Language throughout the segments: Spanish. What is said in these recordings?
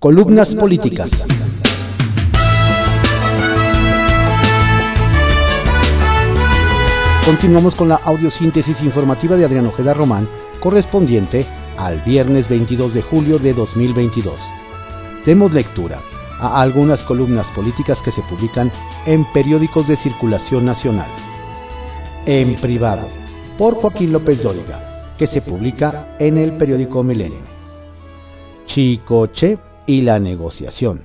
Columnas políticas. Continuamos con la audiosíntesis informativa de Adrián Ojeda Román, correspondiente al viernes 22 de julio de 2022. Demos lectura a algunas columnas políticas que se publican en periódicos de circulación nacional. En privado, por Joaquín López Dóriga, que se publica en el periódico Milenio. Chicoche y la negociación.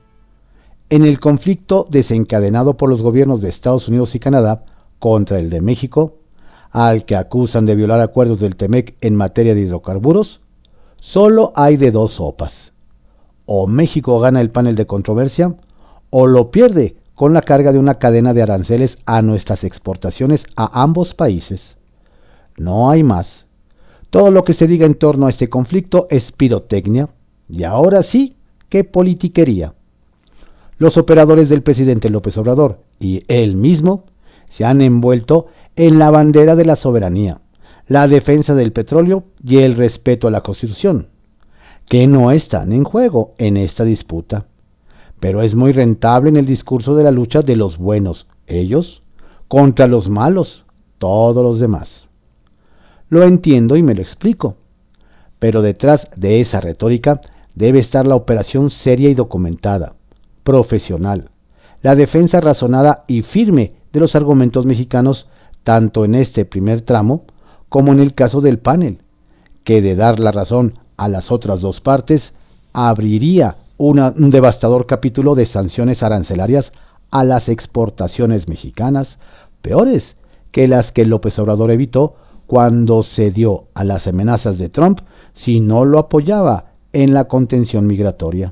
En el conflicto desencadenado por los gobiernos de Estados Unidos y Canadá contra el de México, al que acusan de violar acuerdos del TEMEC en materia de hidrocarburos, solo hay de dos sopas. O México gana el panel de controversia, o lo pierde con la carga de una cadena de aranceles a nuestras exportaciones a ambos países. No hay más. Todo lo que se diga en torno a este conflicto es pirotecnia, y ahora sí, qué politiquería. Los operadores del presidente López Obrador y él mismo se han envuelto en la bandera de la soberanía, la defensa del petróleo y el respeto a la Constitución, que no están en juego en esta disputa. Pero es muy rentable en el discurso de la lucha de los buenos, ellos, contra los malos, todos los demás. Lo entiendo y me lo explico, pero detrás de esa retórica debe estar la operación seria y documentada, profesional, la defensa razonada y firme de los argumentos mexicanos, tanto en este primer tramo como en el caso del panel, que de dar la razón a las otras dos partes, abriría un devastador capítulo de sanciones arancelarias a las exportaciones mexicanas, peores que las que López Obrador evitó cuando cedió a las amenazas de Trump si no lo apoyaba en la contención migratoria.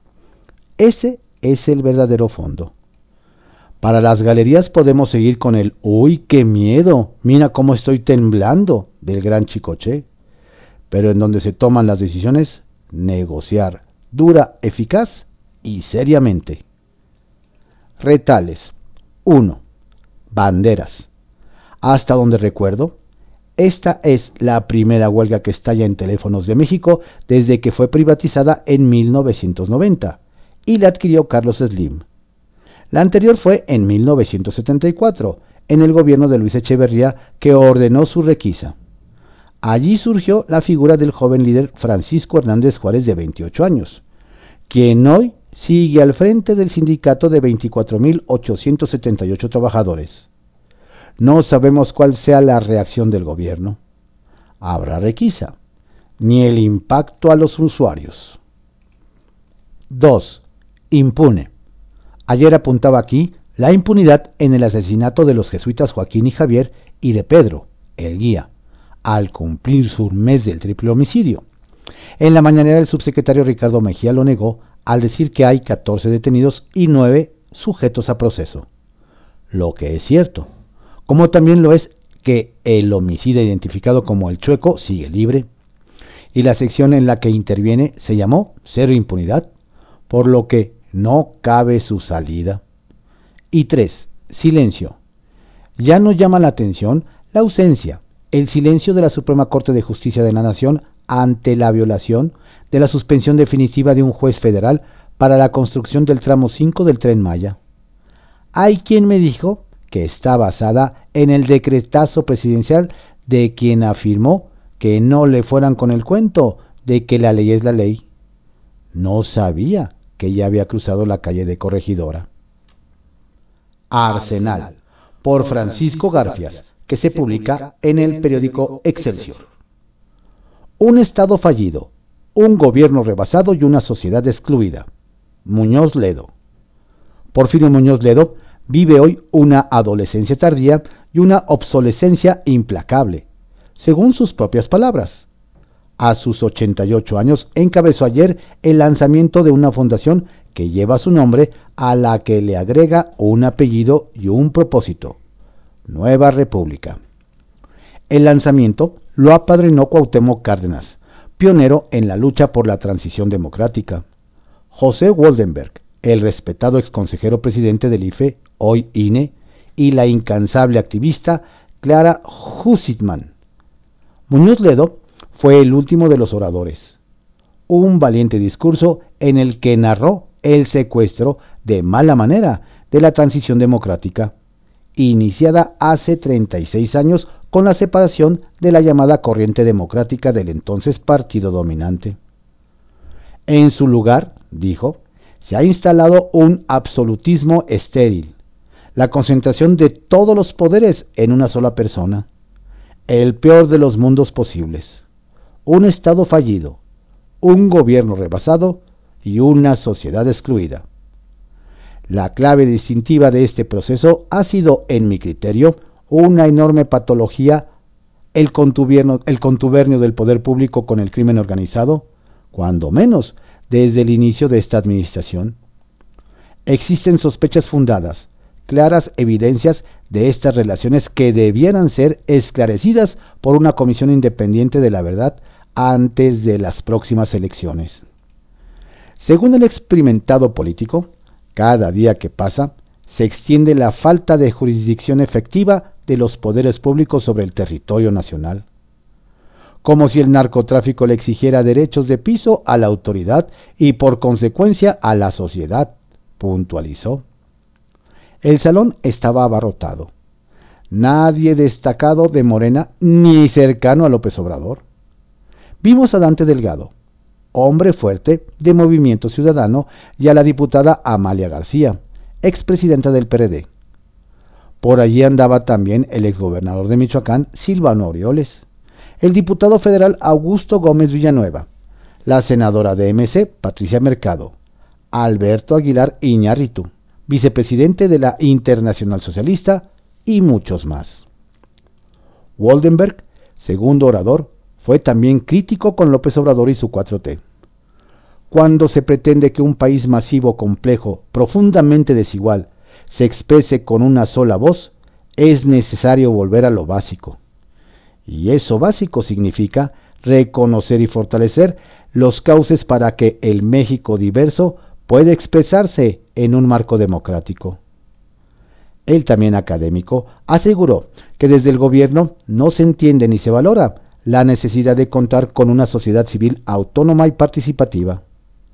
Ese es el verdadero fondo. Para las galerías podemos seguir con el ¡uy, qué miedo! Mira cómo estoy temblando del gran Chicoche. Pero en donde se toman las decisiones, negociar, dura, eficaz y seriamente. Retales. 1. Banderas. Hasta donde recuerdo, esta es la primera huelga que estalla en Teléfonos de México desde que fue privatizada en 1990 y la adquirió Carlos Slim. La anterior fue en 1974, en el gobierno de Luis Echeverría, que ordenó su requisa. Allí surgió la figura del joven líder Francisco Hernández Juárez, de 28 años, quien hoy sigue al frente del sindicato de 24.878 trabajadores. No sabemos cuál sea la reacción del gobierno. Habrá requisa, ni el impacto a los usuarios. 2. Impune. Ayer apuntaba aquí la impunidad en el asesinato de los jesuitas Joaquín y Javier y de Pedro, el guía, al cumplir su mes del triple homicidio. En la mañanera el subsecretario Ricardo Mejía lo negó al decir que hay 14 detenidos y 9 sujetos a proceso. Lo que es cierto, como también lo es que el homicida identificado como el Chueco sigue libre, y la sección en la que interviene se llamó Cero Impunidad, por lo que no cabe su salida. Y 3. Silencio. Ya nos llama la atención la ausencia, el silencio de la Suprema Corte de Justicia de la Nación ante la violación de la suspensión definitiva de un juez federal para la construcción del tramo 5 del Tren Maya. Hay quien me dijo que está basada en el decretazo presidencial de quien afirmó que no le fueran con el cuento de que la ley es la ley. No sabía que ya había cruzado la calle de Corregidora. Arsenal, por Francisco Garfias, que se publica en el periódico Excelsior. Un Estado fallido, un gobierno rebasado y una sociedad excluida. Muñoz Ledo. Porfirio Muñoz Ledo vive hoy una adolescencia tardía y una obsolescencia implacable, según sus propias palabras. A sus 88 años encabezó ayer el lanzamiento de una fundación que lleva su nombre, a la que le agrega un apellido y un propósito: Nueva República. El lanzamiento lo apadrinó Cuauhtémoc Cárdenas, pionero en la lucha por la transición democrática. José Woldenberg, el respetado exconsejero presidente del IFE, hoy INE, y la incansable activista Clara Hussitman. Muñoz Ledo fue el último de los oradores. un valiente discurso en el que narró el secuestro de mala manera de la transición democrática, iniciada hace 36 años con la separación de la llamada corriente democrática del entonces partido dominante. En su lugar, dijo, se ha instalado un absolutismo estéril, la concentración de todos los poderes en una sola persona, el peor de los mundos posibles, un Estado fallido, un gobierno rebasado y una sociedad excluida. La clave distintiva de este proceso ha sido, en mi criterio, una enorme patología, el contubernio del poder público con el crimen organizado, cuando menos desde el inicio de esta administración. Existen sospechas fundadas, claras evidencias de estas relaciones que debieran ser esclarecidas por una comisión independiente de la verdad antes de las próximas elecciones. Según el experimentado político, cada día que pasa, se extiende la falta de jurisdicción efectiva de los poderes públicos sobre el territorio nacional. Como si el narcotráfico le exigiera derechos de piso a la autoridad y por consecuencia a la sociedad, puntualizó. El salón estaba abarrotado. Nadie destacado de Morena ni cercano a López Obrador. Vimos a Dante Delgado, hombre fuerte de Movimiento Ciudadano, y a la diputada Amalia García, expresidenta del PRD. Por allí andaba también el exgobernador de Michoacán, Silvano Aureoles, el diputado federal Augusto Gómez Villanueva, la senadora de MC, Patricia Mercado, Alberto Aguilar Iñárritu, vicepresidente de la Internacional Socialista, y muchos más. Woldenberg, segundo orador, fue también crítico con López Obrador y su 4T. Cuando se pretende que un país masivo, complejo, profundamente desigual, se exprese con una sola voz, es necesario volver a lo básico. Y eso básico significa reconocer y fortalecer los cauces para que el México diverso pueda expresarse en un marco democrático. Él, también académico, aseguró que desde el gobierno no se entiende ni se valora la necesidad de contar con una sociedad civil autónoma y participativa.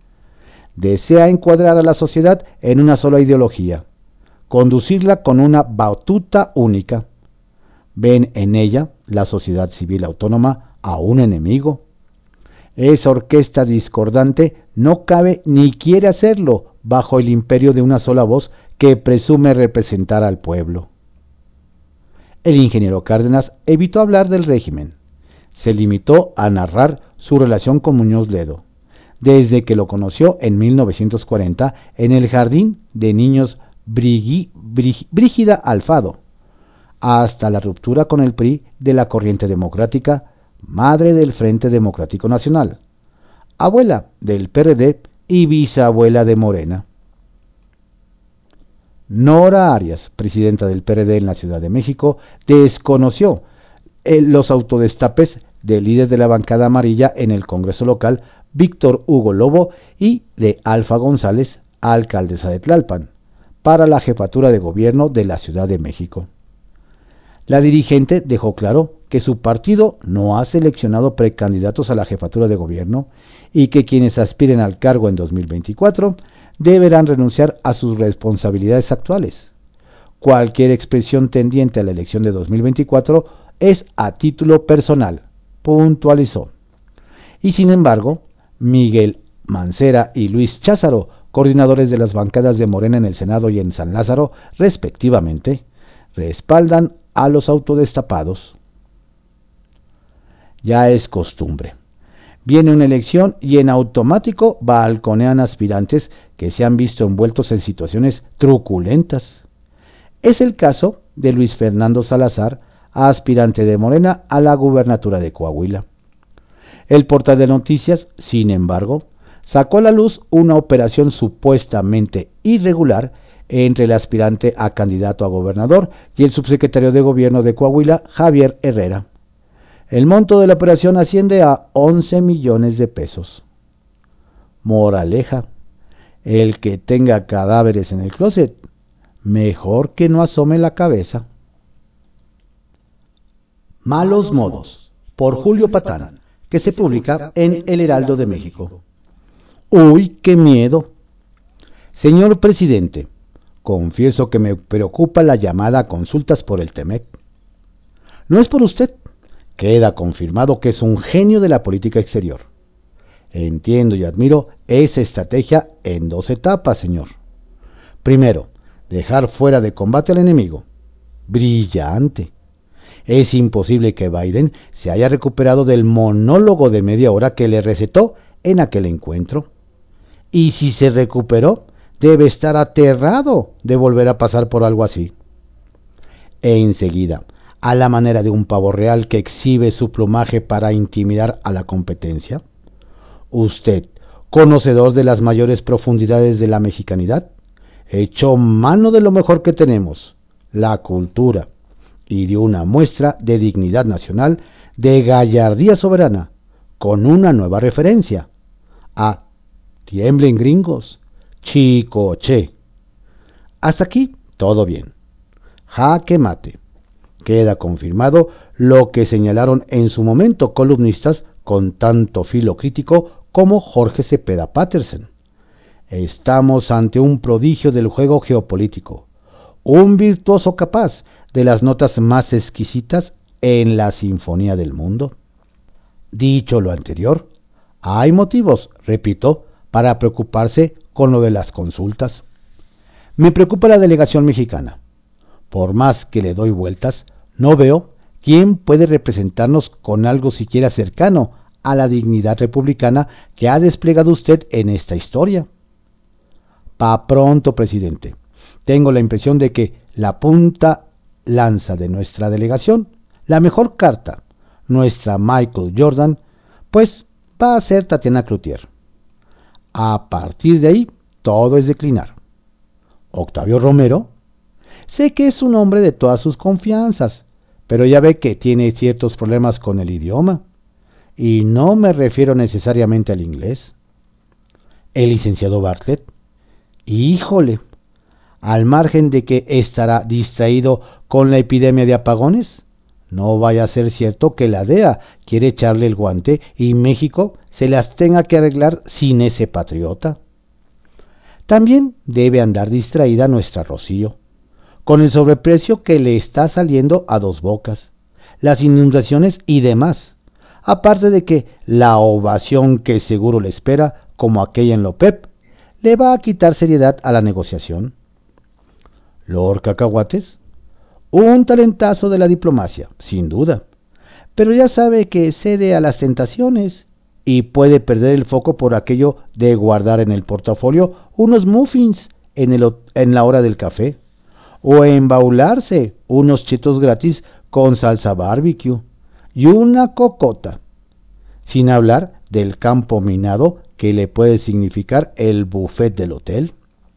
Desea encuadrar a la sociedad en una sola ideología, conducirla con una batuta única. Ven en ella, la sociedad civil autónoma, a un enemigo. Esa orquesta discordante no cabe ni quiere hacerlo bajo el imperio de una sola voz que presume representar al pueblo. El ingeniero Cárdenas evitó hablar del régimen. Se limitó a narrar su relación con Muñoz Ledo, desde que lo conoció en 1940 en el Jardín de Niños Brígida Alfaro, hasta la ruptura con el PRI de la corriente democrática, madre del Frente Democrático Nacional, abuela del PRD y bisabuela de Morena. Nora Arias, presidenta del PRD en la Ciudad de México, desconoció los autodestapes del líder de la bancada amarilla en el Congreso local, Víctor Hugo Lobo, y de Alfa González, alcaldesa de Tlalpan, para la jefatura de gobierno de la Ciudad de México. La dirigente dejó claro que su partido no ha seleccionado precandidatos a la jefatura de gobierno y que quienes aspiren al cargo en 2024 deberán renunciar a sus responsabilidades actuales. Cualquier expresión tendiente a la elección de 2024 es a título personal, puntualizó. Y sin embargo, Miguel Mancera y Luis Cházaro, coordinadores de las bancadas de Morena en el Senado y en San Lázaro, respectivamente, respaldan a los autodestapados. Ya es costumbre. Viene una elección y en automático balconean aspirantes que se han visto envueltos en situaciones truculentas. Es el caso de Luis Fernando Salazar, aspirante de Morena a la gubernatura de Coahuila. El portal de noticias, sin embargo, sacó a la luz una operación supuestamente irregular entre el aspirante a candidato a gobernador y el subsecretario de Gobierno de Coahuila, Javier Herrera. El monto de la operación asciende a 11 millones de pesos. Moraleja: el que tenga cadáveres en el closet, mejor que no asome la cabeza. Malos modos, por Julio Patán, que se publica en El Heraldo de México. ¡Uy, qué miedo! Señor presidente, confieso que me preocupa la llamada a consultas por el TEMEC. No es por usted. Queda confirmado que es un genio de la política exterior. Entiendo y admiro esa estrategia en dos etapas, señor. Primero, dejar fuera de combate al enemigo. Brillante. Es imposible que Biden se haya recuperado del monólogo de media hora que le recetó en aquel encuentro. Y si se recuperó, debe estar aterrado de volver a pasar por algo así. E enseguida, a la manera de un pavo real que exhibe su plumaje para intimidar a la competencia, usted, conocedor de las mayores profundidades de la mexicanidad, echó mano de lo mejor que tenemos, la cultura, y dio una muestra de dignidad nacional, de gallardía soberana, con una nueva referencia, a tiemblen gringos, chicoche. Hasta aquí, todo bien. Jaque mate. Queda confirmado lo que señalaron en su momento columnistas con tanto filo crítico como Jorge Cepeda Patterson. Estamos ante un prodigio del juego geopolítico, un virtuoso capaz de las notas más exquisitas en la sinfonía del mundo. Dicho lo anterior, hay motivos, repito, para preocuparse con lo de las consultas. Me preocupa la delegación mexicana. Por más que le doy vueltas, no veo quién puede representarnos con algo siquiera cercano a la dignidad republicana que ha desplegado usted en esta historia. Pa pronto, presidente. Tengo la impresión de que la punta lanza de nuestra delegación, la mejor carta, nuestra Michael Jordan, pues va a ser Tatiana Cloutier. A partir de ahí, todo es declinar. Octavio Romero, sé que es un hombre de todas sus confianzas, pero ya ve que tiene ciertos problemas con el idioma, y no me refiero necesariamente al inglés. El licenciado Bartlett, híjole, al margen de que estará distraído con la epidemia de apagones, no vaya a ser cierto que la DEA quiere echarle el guante y México se las tenga que arreglar sin ese patriota. También debe andar distraída nuestra Rocío, con el sobreprecio que le está saliendo a dos bocas, las inundaciones y demás, aparte de que la ovación que seguro le espera, como aquella en Lopep, le va a quitar seriedad a la negociación. Lord Cacahuates, un talentazo de la diplomacia, sin duda, pero ya sabe que cede a las tentaciones y puede perder el foco por aquello de guardar en el portafolio unos muffins en la hora del café, o embaularse unos chetos gratis con salsa barbecue y una cocota, sin hablar del campo minado que le puede significar el buffet del hotel.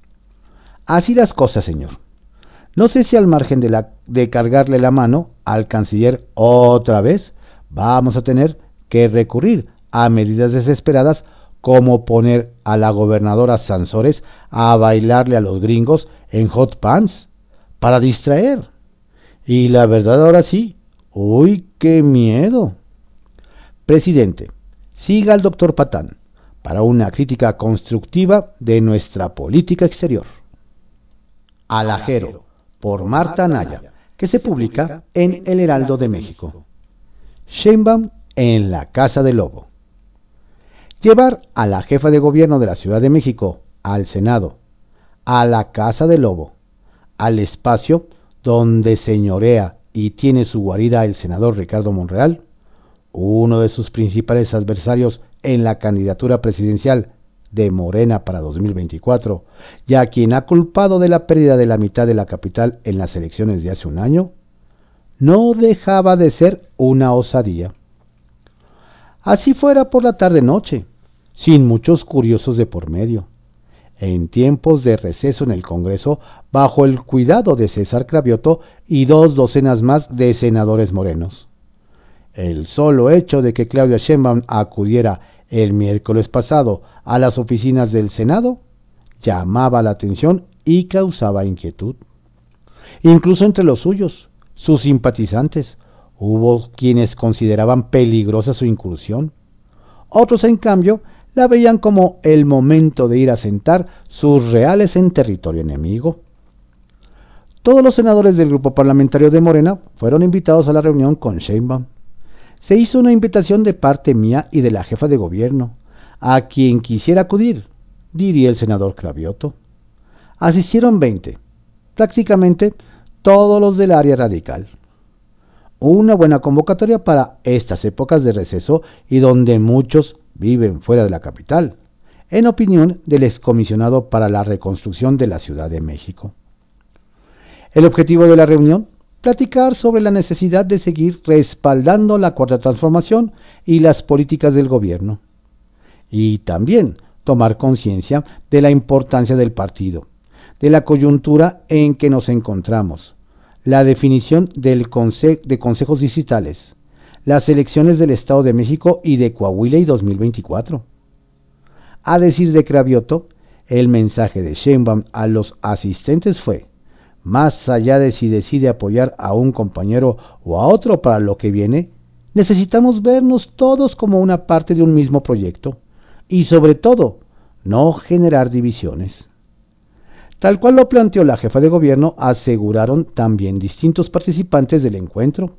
Así las cosas, señor. No sé si al margen de cargarle la mano al canciller otra vez, vamos a tener que recurrir a medidas desesperadas como poner a la gobernadora Sansores a bailarle a los gringos en hot pants para distraer. Y la verdad ahora sí, ¡uy, qué miedo! Presidente, siga al doctor Patán para una crítica constructiva de nuestra política exterior. Alajero, por Marta Anaya, que se publica en El Heraldo de México. Sheinbaum en la Casa del Lobo. Llevar a la jefa de gobierno de la Ciudad de México al Senado, a la Casa del Lobo, al espacio donde señorea y tiene su guarida el senador Ricardo Monreal, uno de sus principales adversarios en la candidatura presidencial de Morena para 2024, ya quien ha culpado de la pérdida de la mitad de la capital en las elecciones de hace un año, no dejaba de ser una osadía. Así fuera por la tarde-noche, sin muchos curiosos de por medio, en tiempos de receso en el Congreso, bajo el cuidado de César Cravioto y 2 docenas más de senadores morenos. El solo hecho de que Claudia Sheinbaum acudiera el miércoles pasado a las oficinas del Senado llamaba la atención y causaba inquietud. Incluso entre los suyos, sus simpatizantes, hubo quienes consideraban peligrosa su incursión. Otros, en cambio, la veían como el momento de ir a sentar sus reales en territorio enemigo. Todos los senadores del grupo parlamentario de Morena fueron invitados a la reunión con Sheinbaum. Se hizo una invitación de parte mía y de la jefa de gobierno, a quien quisiera acudir, diría el senador Cravioto. Asistieron 20, prácticamente todos los del área radical. Una buena convocatoria para estas épocas de receso y donde muchos viven fuera de la capital, en opinión del excomisionado para la reconstrucción de la Ciudad de México. El objetivo de la reunión, platicar sobre la necesidad de seguir respaldando la Cuarta Transformación y las políticas del gobierno, y también tomar conciencia de la importancia del partido, de la coyuntura en que nos encontramos, la definición de consejos distritales, las elecciones del Estado de México y de Coahuila y 2024. A decir de Cravioto, el mensaje de Sheinbaum a los asistentes fue: más allá de si decide apoyar a un compañero o a otro para lo que viene, necesitamos vernos todos como una parte de un mismo proyecto y, sobre todo, no generar divisiones. Tal cual lo planteó la jefa de gobierno, aseguraron también distintos participantes del encuentro.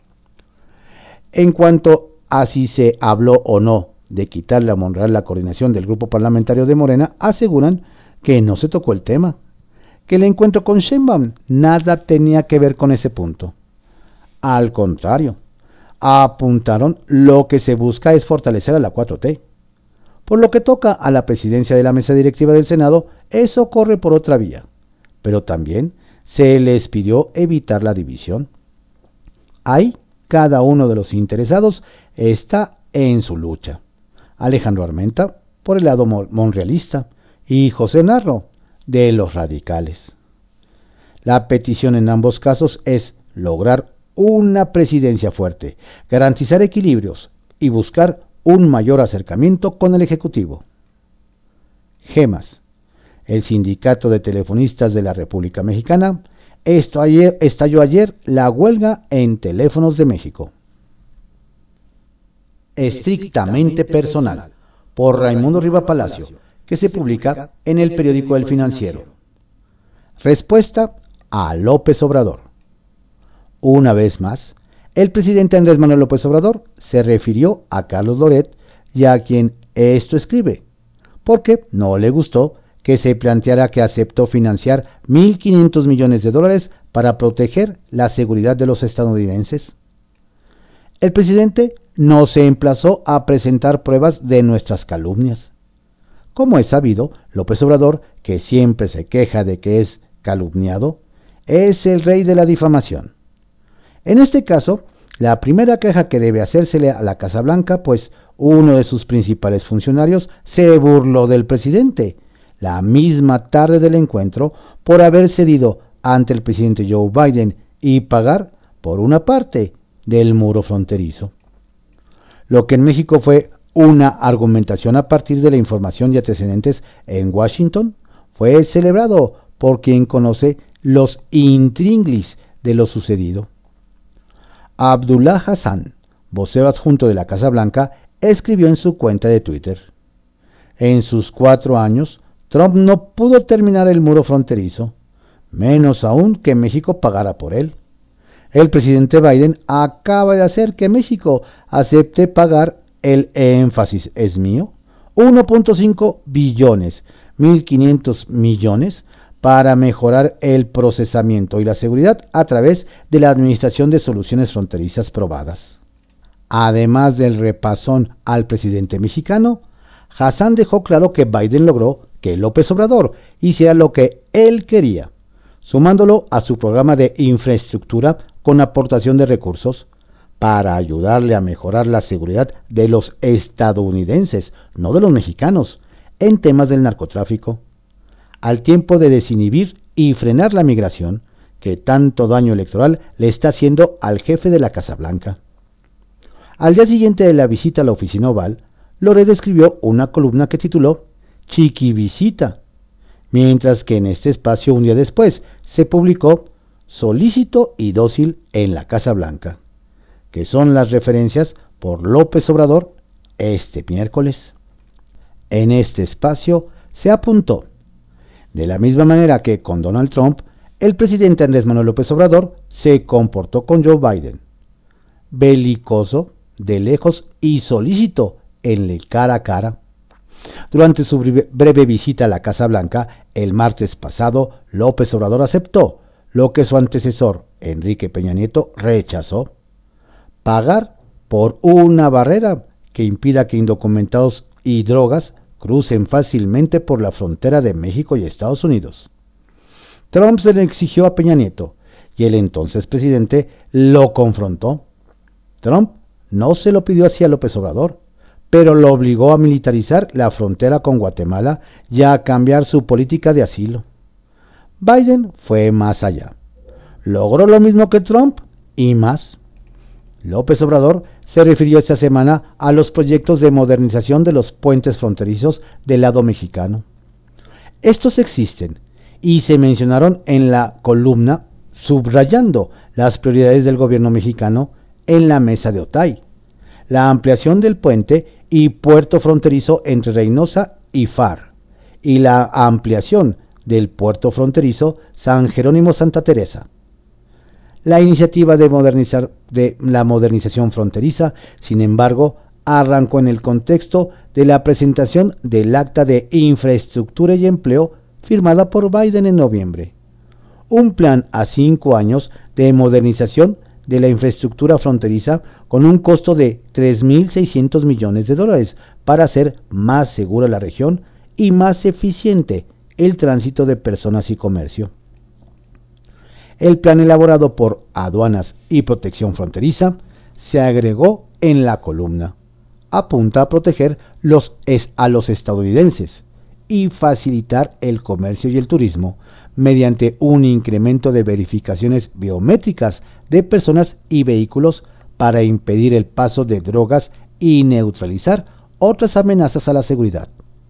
En cuanto a si se habló o no de quitarle a Monreal la coordinación del grupo parlamentario de Morena, aseguran que no se tocó el tema, que el encuentro con Sheinbaum nada tenía que ver con ese punto. Al contrario, apuntaron lo que se busca es fortalecer a la 4T. Por lo que toca a la presidencia de la mesa directiva del Senado, eso corre por otra vía, pero también se les pidió evitar la división. Ahí cada uno de los interesados está en su lucha. Alejandro Armenta por el lado monrealista y José Narro de los radicales. La petición en ambos casos es lograr una presidencia fuerte, garantizar equilibrios y buscar un mayor acercamiento con el Ejecutivo. GEMAS, el Sindicato de Telefonistas de la República Mexicana, estalló ayer la huelga en Teléfonos de México. Estrictamente personal, por Raimundo Riva Palacio, que se publica en el periódico El Financiero. Respuesta a López Obrador. Una vez más, el presidente Andrés Manuel López Obrador se refirió a Carlos Loret y a quien esto escribe, porque no le gustó que se planteara que aceptó financiar $1.500 millones para proteger la seguridad de los estadounidenses. El presidente no se emplazó a presentar pruebas de nuestras calumnias. Como es sabido, López Obrador, que siempre se queja de que es calumniado, es el rey de la difamación. En este caso, la primera queja que debe hacérsele a la Casa Blanca, pues uno de sus principales funcionarios se burló del presidente la misma tarde del encuentro por haber cedido ante el presidente Joe Biden y pagar por una parte del muro fronterizo. Lo que en México fue una argumentación a partir de la información y antecedentes en Washington fue celebrado por quien conoce los intríngulis de lo sucedido. Abdullah Hassan, vocero adjunto de la Casa Blanca, escribió en su cuenta de Twitter: en sus 4 años, Trump no pudo terminar el muro fronterizo, menos aún que México pagara por él. El presidente Biden acaba de hacer que México acepte pagar, el énfasis es mío, 1.5 billones, 1.500 millones, para mejorar el procesamiento y la seguridad a través de la Administración de Soluciones Fronterizas probadas. Además del repasón al presidente mexicano, Hassan dejó claro que Biden logró que López Obrador hiciera lo que él quería, sumándolo a su programa de infraestructura con aportación de recursos para ayudarle a mejorar la seguridad de los estadounidenses, no de los mexicanos, en temas del narcotráfico, al tiempo de desinhibir y frenar la migración que tanto daño electoral le está haciendo al jefe de la Casa Blanca. Al día siguiente de la visita a la oficina oval, Loret escribió una columna que tituló Chiqui Visita, mientras que en este espacio un día después se publicó Solícito y dócil en la Casa Blanca, que son las referencias por López Obrador este miércoles. En este espacio se apuntó. De la misma manera que con Donald Trump, el presidente Andrés Manuel López Obrador se comportó con Joe Biden, belicoso, de lejos y solícito en el cara a cara. Durante su breve visita a la Casa Blanca el martes pasado, López Obrador aceptó lo que su antecesor, Enrique Peña Nieto, rechazó: pagar por una barrera que impida que indocumentados y drogas crucen fácilmente por la frontera de México y Estados Unidos. Trump se le exigió a Peña Nieto y el entonces presidente lo confrontó. Trump no se lo pidió así a López Obrador, pero lo obligó a militarizar la frontera con Guatemala y a cambiar su política de asilo. Biden fue más allá. Logró lo mismo que Trump y más. López Obrador se refirió esta semana a los proyectos de modernización de los puentes fronterizos del lado mexicano. Estos existen y se mencionaron en la columna subrayando las prioridades del gobierno mexicano en la mesa de Otay: la ampliación del puente y puerto fronterizo entre Reynosa y FAR, y la ampliación del puerto fronterizo San Jerónimo Santa Teresa. La iniciativa de la modernización fronteriza, sin embargo, arrancó en el contexto de la presentación del Acta de Infraestructura y Empleo firmada por Biden en noviembre. Un plan a 5 años de modernización de la infraestructura fronteriza con un costo de $3.600 millones para hacer más segura la región y más eficiente el tránsito de personas y comercio. El plan elaborado por Aduanas y Protección Fronteriza se agregó en la columna. Apunta a proteger a los estadounidenses y facilitar el comercio y el turismo mediante un incremento de verificaciones biométricas de personas y vehículos para impedir el paso de drogas y neutralizar otras amenazas a la seguridad.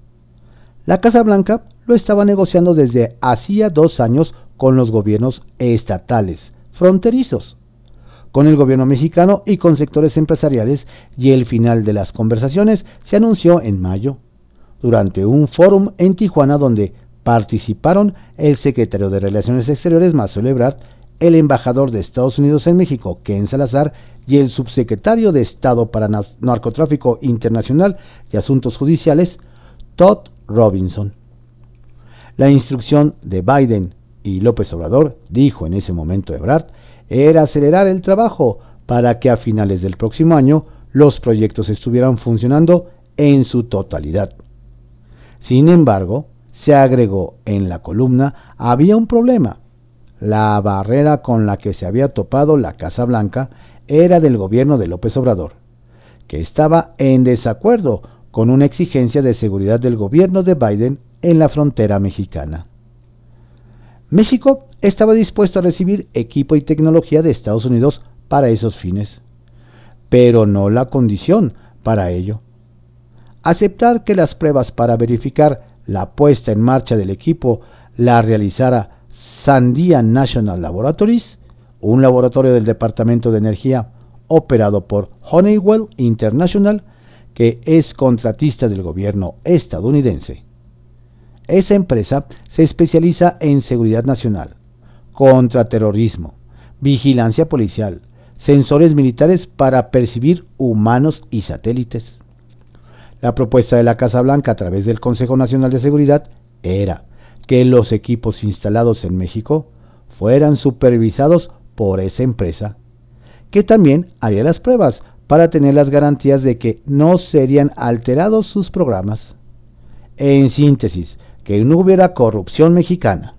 La Casa Blanca lo estaba negociando desde hacía 2 años con los gobiernos estatales fronterizos, con el gobierno mexicano y con sectores empresariales, y el final de las conversaciones se anunció en mayo, durante un fórum en Tijuana donde participaron el secretario de Relaciones Exteriores, Marcelo Ebrard, el embajador de Estados Unidos en México, Ken Salazar, y el subsecretario de Estado para Narcotráfico Internacional y Asuntos Judiciales, Todd Robinson. La instrucción de Biden y López Obrador, dijo en ese momento Ebrard, era acelerar el trabajo para que a finales del próximo año los proyectos estuvieran funcionando en su totalidad. Sin embargo, se agregó en la columna, había un problema. La barrera con la que se había topado la Casa Blanca era del gobierno de López Obrador, que estaba en desacuerdo con una exigencia de seguridad del gobierno de Biden en la frontera mexicana. México estaba dispuesto a recibir equipo y tecnología de Estados Unidos para esos fines, pero no la condición para ello. Aceptar que las pruebas para verificar la puesta en marcha del equipo la realizara Sandia National Laboratories, un laboratorio del Departamento de Energía operado por Honeywell International, que es contratista del gobierno estadounidense. Esa empresa se especializa en seguridad nacional, contraterrorismo, vigilancia policial, sensores militares para percibir humanos y satélites. La propuesta de la Casa Blanca a través del Consejo Nacional de Seguridad era que los equipos instalados en México fueran supervisados por esa empresa, que también haría las pruebas para tener las garantías de que no serían alterados sus programas. En síntesis, que no hubiera corrupción mexicana.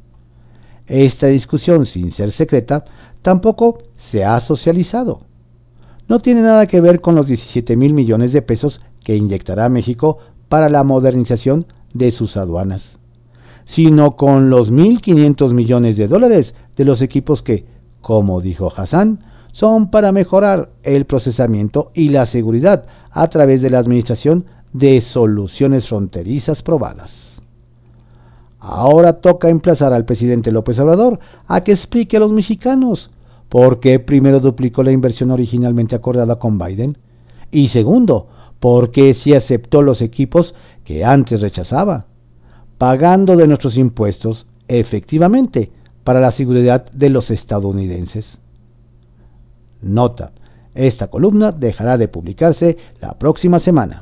Esta discusión, sin ser secreta, tampoco se ha socializado. No tiene nada que ver con los 17,000 millones de pesos que inyectará México para la modernización de sus aduanas, sino con los 1.500 millones de dólares de los equipos que, como dijo Hassan, son para mejorar el procesamiento y la seguridad a través de la administración de soluciones fronterizas probadas. Ahora toca emplazar al presidente López Obrador a que explique a los mexicanos por qué primero duplicó la inversión originalmente acordada con Biden y segundo, por qué sí aceptó los equipos que antes rechazaba, pagando de nuestros impuestos efectivamente para la seguridad de los estadounidenses. Nota: esta columna dejará de publicarse la próxima semana.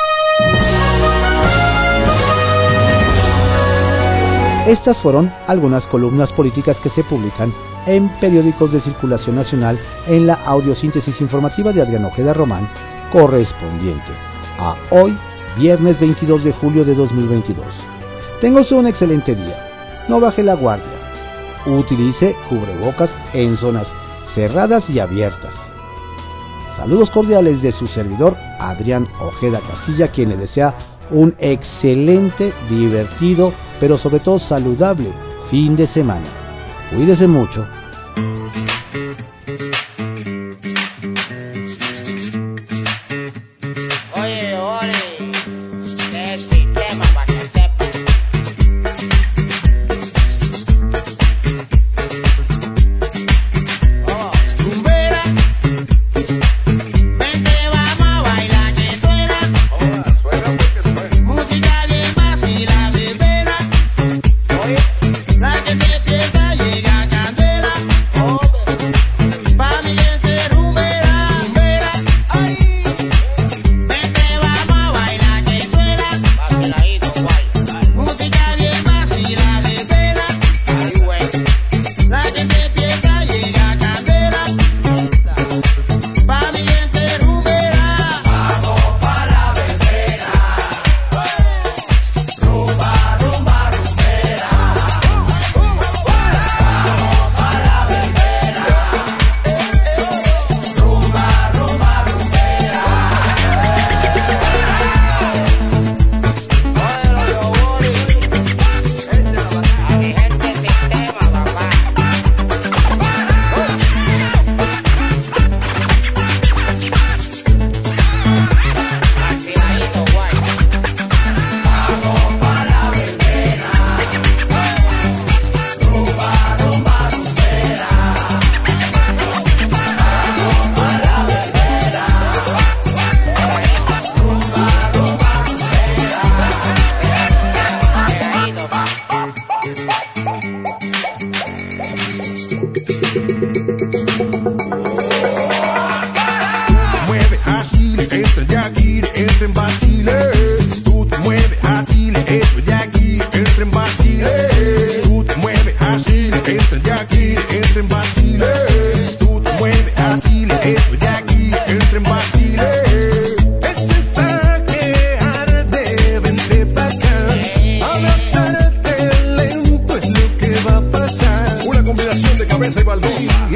Estas fueron algunas columnas políticas que se publican en periódicos de circulación nacional en la audiosíntesis informativa de Adrián Ojeda Román, correspondiente a hoy, viernes 22 de julio de 2022. Tenga usted un excelente día. No baje la guardia. Utilice cubrebocas en zonas cerradas y abiertas. Saludos cordiales de su servidor Adrián Ojeda Castilla, quien le desea un excelente, divertido, pero sobre todo saludable fin de semana. Cuídese mucho. Oye, Ori, qué sistema para que sepa. Rumbera, vente, vamos a bailar que suena. Suena porque suena. Música bien vacila, bebera. Oye, la que te empieza llega candela. Pa' mi gente rumbera, rumbera. Ay, vente, vamos a bailar que suena. Vaciladito, guay. Música bien vacila, bebera. Ay, güey. La que te empieza llega candela. Pa' mi gente rumbera. Vamos pa' la verbena. Rumba, rumba, rumbera. Vamos pa' la verbena. Rumba, rumba, rumbera. Óyelo, Bori. A mi gente sistema, papá. Vaciladito, guay. Vamos pa' la verbena. Rumba, rumba, rumbera. Vamos pa' la verbena. Rumba, rumba, rumbera. Vaciladito, pa. Mueve así, le entra de aquí, le entra en vacile. Tú te mueves así, le entra de aquí, entra en vacile. Tú te mueves así, le entra de aquí, le entra en vacile. Tú te mueves así, le entra de aquí, entra en vacile. Este está que arde, vente pa' acá. Abrazarte lento es lo que va a pasar. Una combinación de cabeza y baldón.